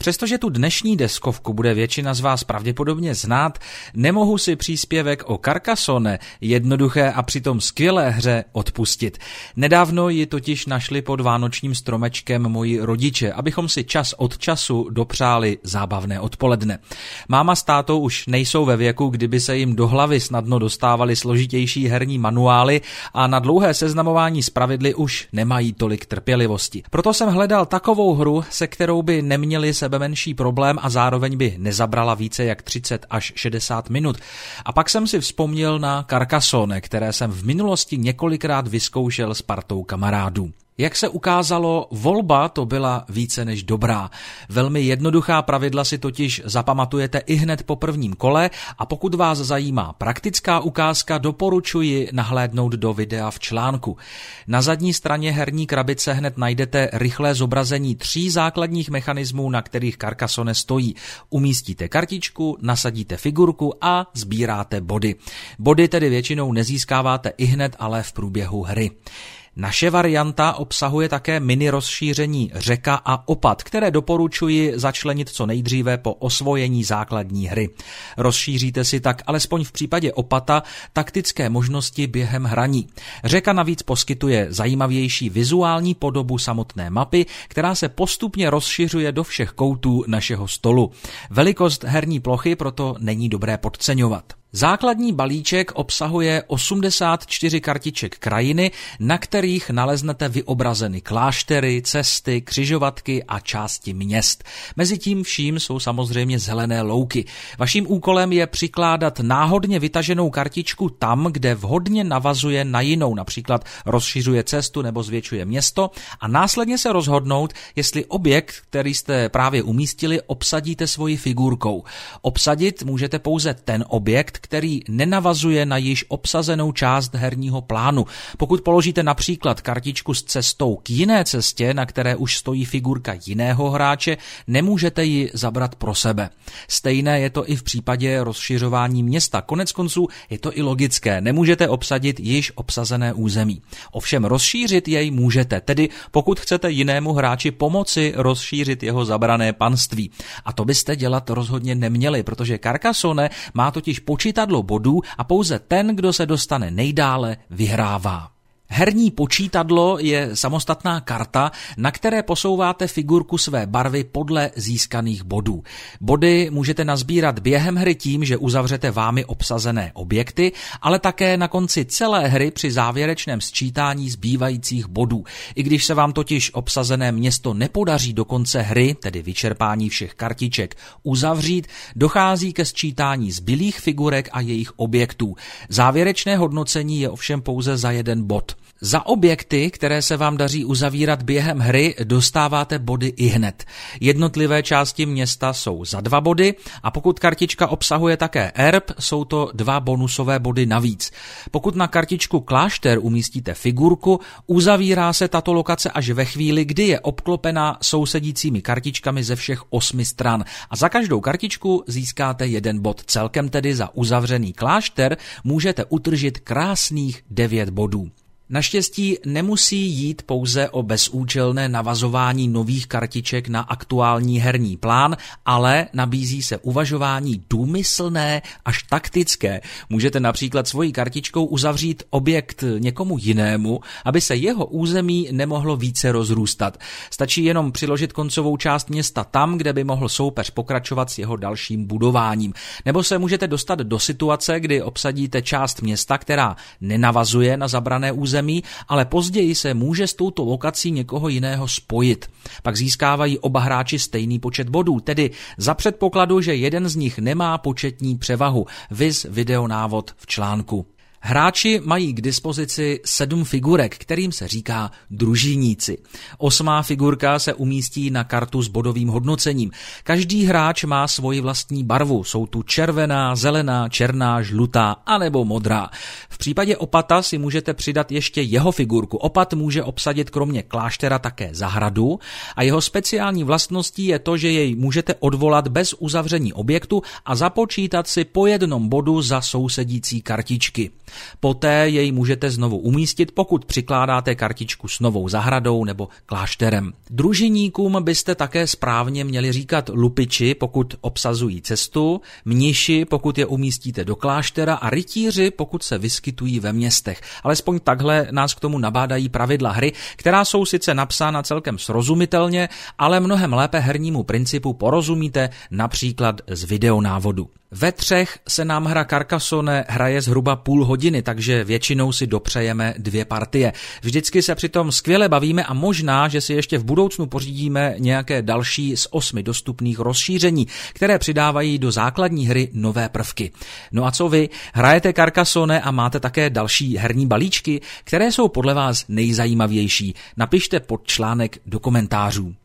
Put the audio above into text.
Přestože tu dnešní deskovku bude většina z vás pravděpodobně znát, nemohu si příspěvek o Carcassonne, jednoduché a přitom skvělé hře, odpustit. Nedávno ji totiž našli pod vánočním stromečkem moji rodiče, abychom si čas od času dopřáli zábavné odpoledne. Máma s tátou už nejsou ve věku, kdyby se jim do hlavy snadno dostávaly složitější herní manuály a na dlouhé seznamování s pravidly už nemají tolik trpělivosti. Proto jsem hledal takovou hru, se kterou by neměli sebemenší problém a zároveň by nezabrala více jak 30 až 60 minut. A pak jsem si vzpomněl na Carcassonne, které jsem v minulosti několikrát vyzkoušel s partou kamarádů. Jak se ukázalo, volba to byla více než dobrá. Velmi jednoduchá pravidla si totiž zapamatujete ihned po prvním kole a pokud vás zajímá praktická ukázka, doporučuji nahlédnout do videa v článku. Na zadní straně herní krabice hned najdete rychlé zobrazení 3 základních mechanismů, na kterých Carcassonne stojí. Umístíte kartičku, nasadíte figurku a sbíráte body. Body tedy většinou nezískáváte ihned, ale v průběhu hry. Naše varianta obsahuje také mini rozšíření řeka a opat, které doporučuji začlenit co nejdříve po osvojení základní hry. Rozšíříte si tak alespoň v případě opata taktické možnosti během hraní. Řeka navíc poskytuje zajímavější vizuální podobu samotné mapy, která se postupně rozšiřuje do všech koutů našeho stolu. Velikost herní plochy proto není dobré podceňovat. Základní balíček obsahuje 84 kartiček krajiny, na kterých naleznete vyobrazeny kláštery, cesty, křižovatky a části měst. Mezitím vším jsou samozřejmě zelené louky. Vaším úkolem je přikládat náhodně vytaženou kartičku tam, kde vhodně navazuje na jinou, například rozšiřuje cestu nebo zvětšuje město, a následně se rozhodnout, jestli objekt, který jste právě umístili, obsadíte svojí figurkou. Obsadit můžete pouze ten objekt, který nenavazuje na již obsazenou část herního plánu. Pokud položíte například kartičku s cestou k jiné cestě, na které už stojí figurka jiného hráče, nemůžete ji zabrat pro sebe. Stejné je to i v případě rozšiřování města. Koneckonců je to i logické, nemůžete obsadit již obsazené území. Ovšem rozšířit jej můžete, tedy pokud chcete jinému hráči pomoci rozšířit jeho zabrané panství. A to byste dělat rozhodně neměli, protože Carcassonne má totiž počítadlo bodů a pouze ten, kdo se dostane nejdále, vyhrává. Herní počítadlo je samostatná karta, na které posouváte figurku své barvy podle získaných bodů. Body můžete nazbírat během hry tím, že uzavřete vámi obsazené objekty, ale také na konci celé hry při závěrečném sčítání zbývajících bodů. I když se vám totiž obsazené město nepodaří do konce hry, tedy vyčerpání všech kartiček, uzavřít, dochází ke sčítání zbylých figurek a jejich objektů. Závěrečné hodnocení je ovšem pouze za 1 bod. Za objekty, které se vám daří uzavírat během hry, dostáváte body ihned. Jednotlivé části města jsou za 2 body a pokud kartička obsahuje také erb, jsou to 2 bonusové body navíc. Pokud na kartičku klášter umístíte figurku, uzavírá se tato lokace až ve chvíli, kdy je obklopena sousedícími kartičkami ze všech 8 stran a za každou kartičku získáte 1 bod. Celkem tedy za uzavřený klášter můžete utržit krásných 9 bodů. Naštěstí nemusí jít pouze o bezúčelné navazování nových kartiček na aktuální herní plán, ale nabízí se uvažování důmyslné až taktické. Můžete například svojí kartičkou uzavřít objekt někomu jinému, aby se jeho území nemohlo více rozrůstat. Stačí jenom přiložit koncovou část města tam, kde by mohl soupeř pokračovat s jeho dalším budováním. Nebo se můžete dostat do situace, kdy obsadíte část města, která nenavazuje na zabrané území, ale později se může s touto lokací někoho jiného spojit. Pak získávají oba hráči stejný počet bodů, tedy za předpokladu, že jeden z nich nemá početní převahu. Viz videonávod v článku. Hráči mají k dispozici 7 figurek, kterým se říká družíníci. 8. figurka se umístí na kartu s bodovým hodnocením. Každý hráč má svoji vlastní barvu. Jsou tu červená, zelená, černá, žlutá anebo modrá. V případě opata si můžete přidat ještě jeho figurku. Opat může obsadit kromě kláštera také zahradu a jeho speciální vlastností je to, že jej můžete odvolat bez uzavření objektu a započítat si po 1 bodu za sousedící kartičky. Poté jej můžete znovu umístit, pokud přikládáte kartičku s novou zahradou nebo klášterem. Družiníkům byste také správně měli říkat lupiči, pokud obsazují cestu, mniši, pokud je umístíte do kláštera a rytíři, pokud se vyskytují ve městech. Alespoň takhle nás k tomu nabádají pravidla hry, která jsou sice napsána celkem srozumitelně, ale mnohem lépe hernímu principu porozumíte například z videonávodu. Ve 3 se nám hra Carcassonne hraje zhruba půl hodiny, takže většinou si dopřejeme 2 partie. Vždycky se přitom skvěle bavíme a možná, že si ještě v budoucnu pořídíme nějaké další z 8 dostupných rozšíření, které přidávají do základní hry nové prvky. No a co vy? Hrajete Carcassonne a máte také další herní balíčky, které jsou podle vás nejzajímavější? Napište pod článek do komentářů.